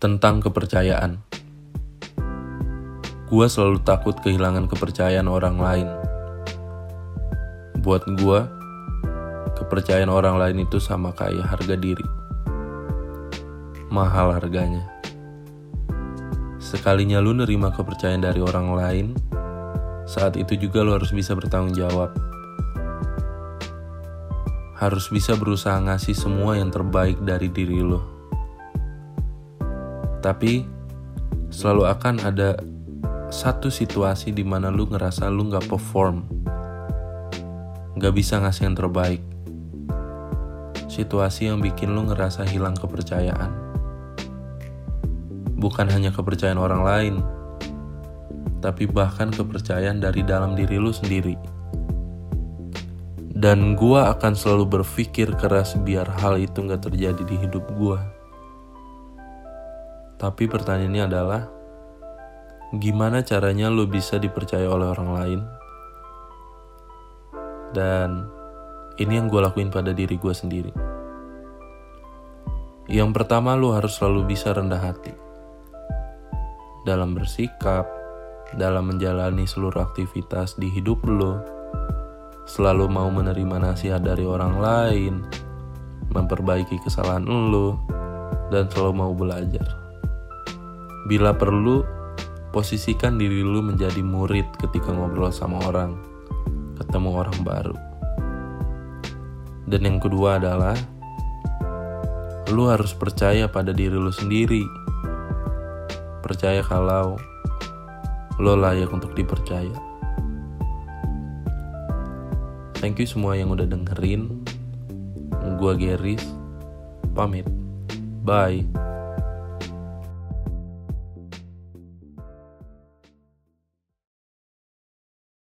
Tentang kepercayaan. Gua selalu takut kehilangan kepercayaan orang lain. Buat gua, kepercayaan orang lain itu sama kayak harga diri. Mahal harganya. Sekalinya lu nerima kepercayaan dari orang lain, saat itu juga lu harus bisa bertanggung jawab. Harus bisa berusaha ngasih semua yang terbaik dari diri lu. Tapi selalu akan ada satu situasi di mana lu ngerasa lu gak perform, gak bisa ngasih yang terbaik. Situasi yang bikin lu ngerasa hilang kepercayaan. Bukan hanya kepercayaan orang lain, tapi bahkan kepercayaan dari dalam diri lu sendiri. Dan gua akan selalu berpikir keras biar hal itu gak terjadi di hidup gua. Tapi pertanyaannya adalah, gimana caranya lu bisa dipercaya oleh orang lain? Dan ini yang gue lakuin pada diri gue sendiri. Yang pertama, lu harus selalu bisa rendah hati dalam bersikap, dalam menjalani seluruh aktivitas di hidup lu. Selalu mau menerima nasihat dari orang lain, memperbaiki kesalahan lu, dan selalu mau belajar. Bila perlu, posisikan diri lu menjadi murid ketika ngobrol sama orang, ketemu orang baru. Dan yang kedua adalah, lu harus percaya pada diri lu sendiri. Percaya kalau lu layak untuk dipercaya. Thank you semua yang udah dengerin. Gua Geris, pamit. Bye.